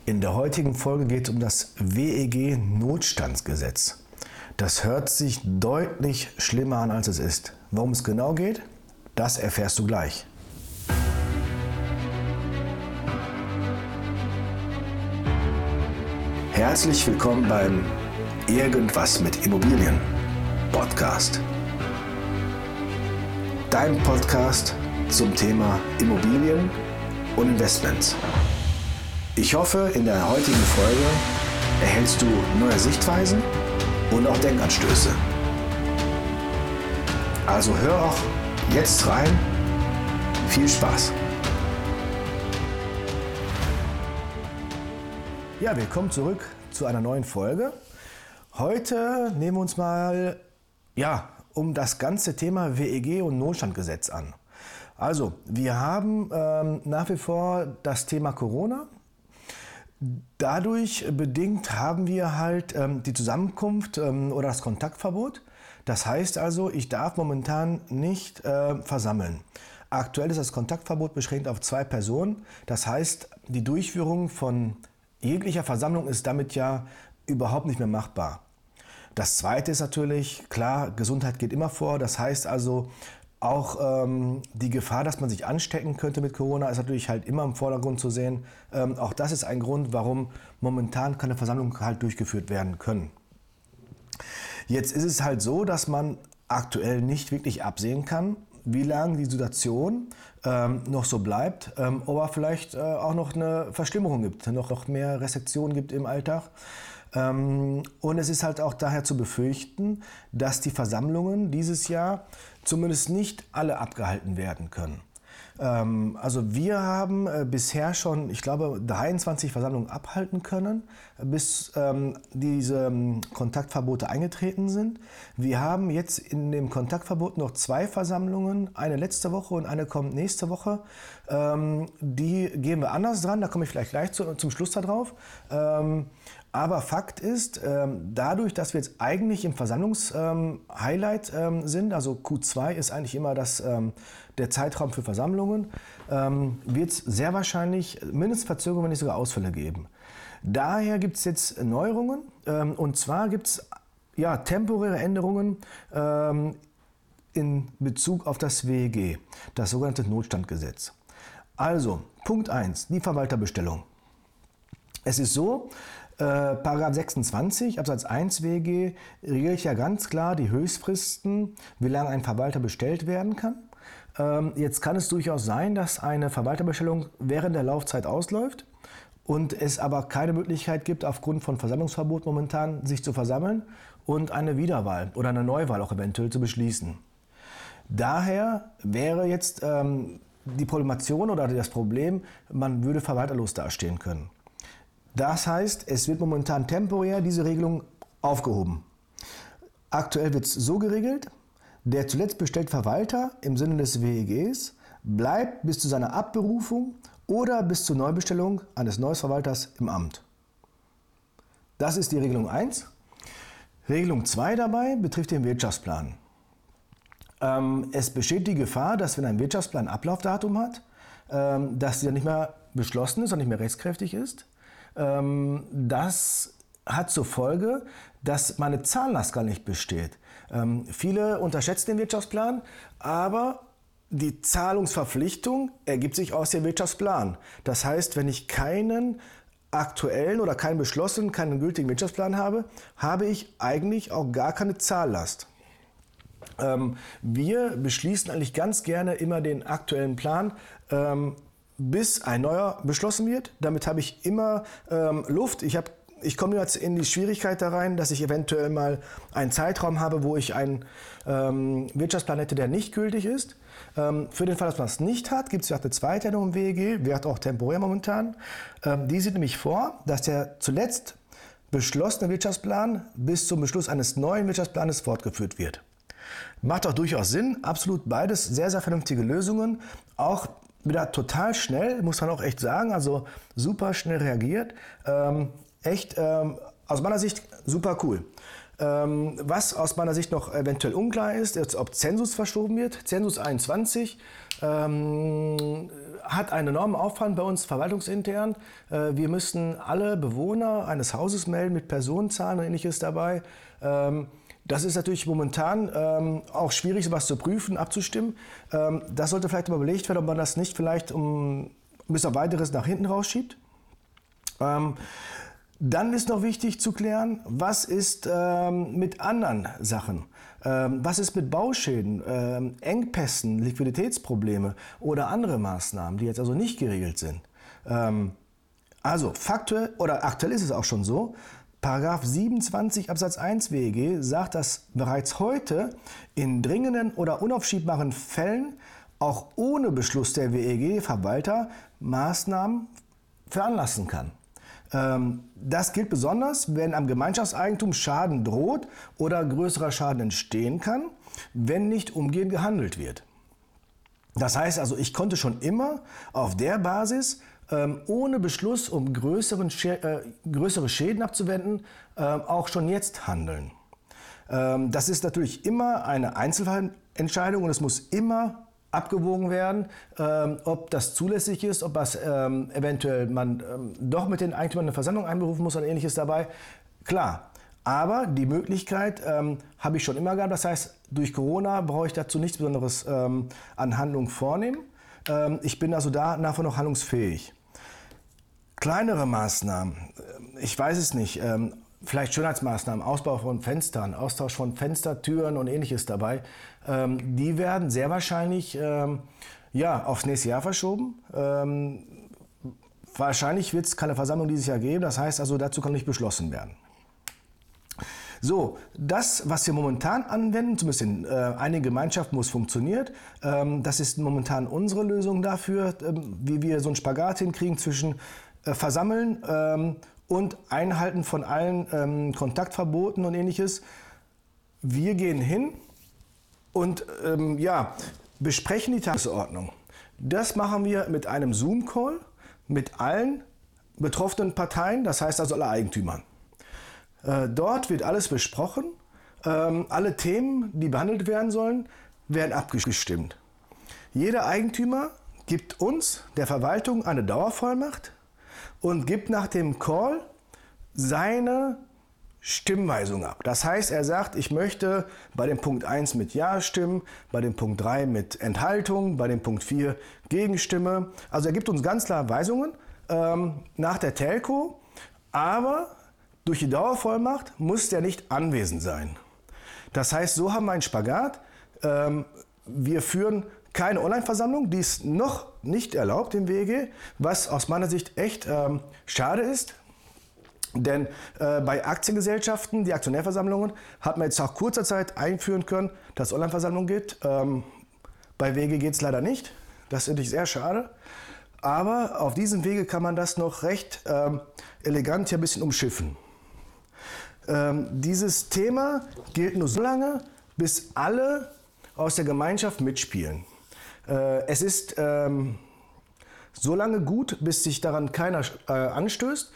In der heutigen Folge geht es um das WEG-Notstandsgesetz. Das hört sich deutlich schlimmer an, als es ist. Worum es genau geht, das erfährst du gleich. Herzlich willkommen beim Irgendwas mit Immobilien Podcast. Dein Podcast zum Thema Immobilien und Investments. Ich hoffe, in der heutigen Folge erhältst du neue Sichtweisen und auch Denkanstöße. Also hör auch jetzt rein. Viel Spaß! Ja, willkommen zurück zu einer neuen Folge. Heute nehmen wir uns mal um das ganze Thema WEG und Notstandsgesetz an. Also, wir haben nach wie vor das Thema Corona. Dadurch bedingt haben wir halt die Zusammenkunft oder das Kontaktverbot. Das heißt also, ich darf momentan nicht versammeln. Aktuell ist das Kontaktverbot beschränkt auf 2 Personen. Das heißt, die Durchführung von jeglicher Versammlung ist damit ja überhaupt nicht mehr machbar. Das Zweite ist natürlich, klar, Gesundheit geht immer vor. Das heißt also, auch die Gefahr, dass man sich anstecken könnte mit Corona, ist natürlich halt immer im Vordergrund zu sehen. Auch das ist ein Grund, warum momentan keine Versammlungen halt durchgeführt werden können. Jetzt ist es halt so, dass man aktuell nicht wirklich absehen kann, wie lange die Situation noch so bleibt, ob es vielleicht auch noch eine Verschlimmerung gibt, noch mehr Restriktionen gibt im Alltag. Und es ist halt auch daher zu befürchten, dass die Versammlungen dieses Jahr zumindest nicht alle abgehalten werden können. Also wir haben bisher schon, ich glaube, 23 Versammlungen abhalten können, bis diese Kontaktverbote eingetreten sind. Wir haben jetzt in dem Kontaktverbot noch 2 Versammlungen, eine letzte Woche und eine kommt nächste Woche. Die gehen wir anders dran, da komme ich vielleicht gleich zum Schluss darauf. Aber Fakt ist, dadurch, dass wir jetzt eigentlich im Versammlungshighlight sind, also Q2 ist eigentlich immer der Zeitraum für Versammlungen, wird es sehr wahrscheinlich mindestens Verzögerungen, wenn nicht sogar Ausfälle geben. Daher gibt es jetzt Neuerungen, und zwar gibt es temporäre Änderungen in Bezug auf das WEG, das sogenannte Notstandsgesetz. Also, Punkt 1, die Verwalterbestellung. Es ist so, Paragraph 26 Absatz 1 WEG regelt ja ganz klar die Höchstfristen, wie lange ein Verwalter bestellt werden kann. Jetzt kann es durchaus sein, dass eine Verwalterbestellung während der Laufzeit ausläuft und es aber keine Möglichkeit gibt, aufgrund von Versammlungsverbot momentan sich zu versammeln und eine Wiederwahl oder eine Neuwahl auch eventuell zu beschließen. Daher wäre jetzt die Problemation oder das Problem, man würde verwalterlos dastehen können. Das heißt, es wird momentan temporär diese Regelung aufgehoben. Aktuell wird es so geregelt, der zuletzt bestellte Verwalter im Sinne des WEGs bleibt bis zu seiner Abberufung oder bis zur Neubestellung eines neuen Verwalters im Amt. Das ist die Regelung 1. Regelung 2 dabei betrifft den Wirtschaftsplan. Es besteht die Gefahr, dass wenn ein Wirtschaftsplan Ablaufdatum hat, dass dieser nicht mehr beschlossen ist und nicht mehr rechtskräftig ist. Das hat zur Folge, dass meine Zahllast gar nicht besteht. Viele unterschätzen den Wirtschaftsplan, aber die Zahlungsverpflichtung ergibt sich aus dem Wirtschaftsplan. Das heißt, wenn ich keinen aktuellen oder keinen beschlossenen, keinen gültigen Wirtschaftsplan habe, habe ich eigentlich auch gar keine Zahllast. Wir beschließen eigentlich ganz gerne immer den aktuellen Plan, bis ein neuer beschlossen wird. Damit habe ich immer Luft. Ich komme jetzt in die Schwierigkeit da rein, dass ich eventuell mal einen Zeitraum habe, wo ich einen Wirtschaftsplan hätte, der nicht gültig ist. Für den Fall, dass man es nicht hat, gibt es ja auch eine zweite Änderung im WEG, wird auch temporär momentan. Die sieht nämlich vor, dass der zuletzt beschlossene Wirtschaftsplan bis zum Beschluss eines neuen Wirtschaftsplanes fortgeführt wird. Macht auch durchaus Sinn, absolut beides sehr, sehr vernünftige Lösungen. Auch wieder total schnell, muss man auch echt sagen, also super schnell reagiert. Aus meiner Sicht super cool. Was aus meiner Sicht noch eventuell unklar ist, ob Zensus verschoben wird. Zensus 21 hat einen enormen Aufwand bei uns verwaltungsintern. Wir müssen alle Bewohner eines Hauses melden mit Personenzahlen und Ähnliches dabei. Das ist natürlich momentan auch schwierig, sowas zu prüfen, abzustimmen. Das sollte vielleicht mal überlegt werden, ob man das nicht vielleicht bis auf Weiteres nach hinten rausschiebt. Dann ist noch wichtig zu klären, was ist mit anderen Sachen? Was ist mit Bauschäden, Engpässen, Liquiditätsprobleme oder andere Maßnahmen, die jetzt also nicht geregelt sind? Also aktuell ist es auch schon so, Paragraph 27 Absatz 1 WEG sagt, dass bereits heute in dringenden oder unaufschiebbaren Fällen auch ohne Beschluss der WEG-Verwalter Maßnahmen veranlassen kann. Das gilt besonders, wenn am Gemeinschaftseigentum Schaden droht oder größerer Schaden entstehen kann, wenn nicht umgehend gehandelt wird. Das heißt also, ich konnte schon immer auf der Basis ohne Beschluss, um größere Schäden abzuwenden, auch schon jetzt handeln. Das ist natürlich immer eine Einzelfallentscheidung und es muss immer abgewogen werden, ob das zulässig ist, ob das eventuell man doch mit den Eigentümern eine Versammlung einberufen muss oder Ähnliches dabei. Klar, aber die Möglichkeit habe ich schon immer gehabt. Das heißt, durch Corona brauche ich dazu nichts Besonderes an Handlungen vornehmen. Ich bin also da nach wie vor noch handlungsfähig. Kleinere Maßnahmen, ich weiß es nicht, vielleicht Schönheitsmaßnahmen, Ausbau von Fenstern, Austausch von Fenstertüren und Ähnliches dabei, die werden sehr wahrscheinlich aufs nächste Jahr verschoben. Wahrscheinlich wird es keine Versammlung dieses Jahr geben, das heißt also, dazu kann nicht beschlossen werden. So, das, was wir momentan anwenden, zumindest in einigen Gemeinschaften, wo es funktioniert, das ist momentan unsere Lösung dafür, wie wir so einen Spagat hinkriegen zwischen Versammeln und Einhalten von allen Kontaktverboten und Ähnliches. Wir gehen hin und besprechen die Tagesordnung. Das machen wir mit einem Zoom-Call mit allen betroffenen Parteien, das heißt also alle Eigentümern. Dort wird alles besprochen, alle Themen, die behandelt werden sollen, werden abgestimmt. Jeder Eigentümer gibt uns, der Verwaltung, eine Dauervollmacht und gibt nach dem Call seine Stimmweisung ab. Das heißt, er sagt, ich möchte bei dem Punkt 1 mit Ja stimmen, bei dem Punkt 3 mit Enthaltung, bei dem Punkt 4 Gegenstimme. Also er gibt uns ganz klar Weisungen nach der Telco, aber durch die Dauervollmacht muss der nicht anwesend sein. Das heißt, so haben wir einen Spagat. Wir führen keine Online-Versammlung, die ist noch nicht erlaubt im WEG, was aus meiner Sicht echt schade ist. Denn bei Aktiengesellschaften, die Aktionärversammlungen, hat man jetzt nach kurzer Zeit einführen können, dass es Online-Versammlung geht. Bei WEG geht es leider nicht. Das finde ich sehr schade. Aber auf diesem Wege kann man das noch recht elegant hier ein bisschen umschiffen. Dieses Thema gilt nur so lange, bis alle aus der Gemeinschaft mitspielen. Es ist so lange gut, bis sich daran keiner anstößt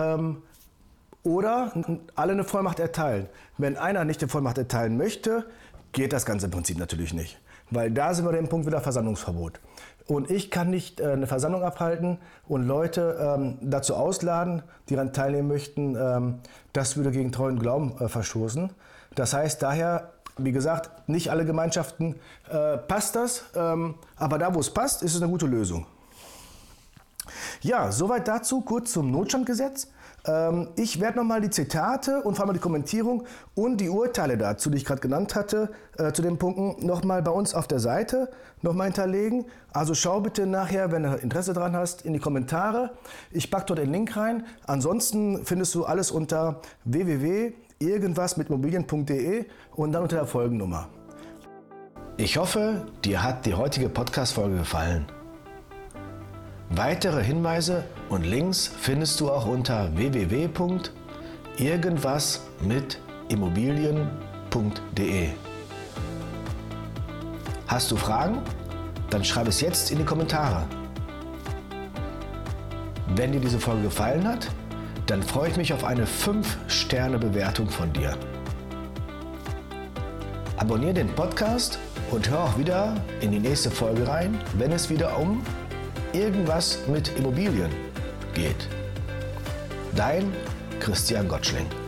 oder alle eine Vollmacht erteilen. Wenn einer nicht eine Vollmacht erteilen möchte, geht das Ganze im Prinzip natürlich nicht. Weil da sind wir dem Punkt wieder Versammlungsverbot. Und ich kann nicht eine Versammlung abhalten und Leute dazu ausladen, die daran teilnehmen möchten. Das würde gegen Treu und Glauben verstoßen. Das heißt daher, wie gesagt, nicht alle Gemeinschaften passt das, aber da, wo es passt, ist es eine gute Lösung. Ja, soweit dazu, kurz zum Notstandgesetz. Ich werde nochmal die Zitate und vor allem die Kommentierung und die Urteile dazu, die ich gerade genannt hatte, zu den Punkten nochmal bei uns auf der Seite nochmal hinterlegen. Also schau bitte nachher, wenn du Interesse daran hast, in die Kommentare. Ich packe dort den Link rein. Ansonsten findest du alles unter www.irgendwasmitmobilien.de und dann unter der Folgennummer. Ich hoffe, dir hat die heutige Podcast-Folge gefallen. Weitere Hinweise und Links findest du auch unter www.irgendwasmitimmobilien.de. Hast du Fragen? Dann schreib es jetzt in die Kommentare. Wenn dir diese Folge gefallen hat, dann freue ich mich auf eine 5-Sterne-Bewertung von dir. Abonniere den Podcast und hör auch wieder in die nächste Folge rein, wenn es wieder um irgendwas mit Immobilien geht. Dein Christian Gottschling.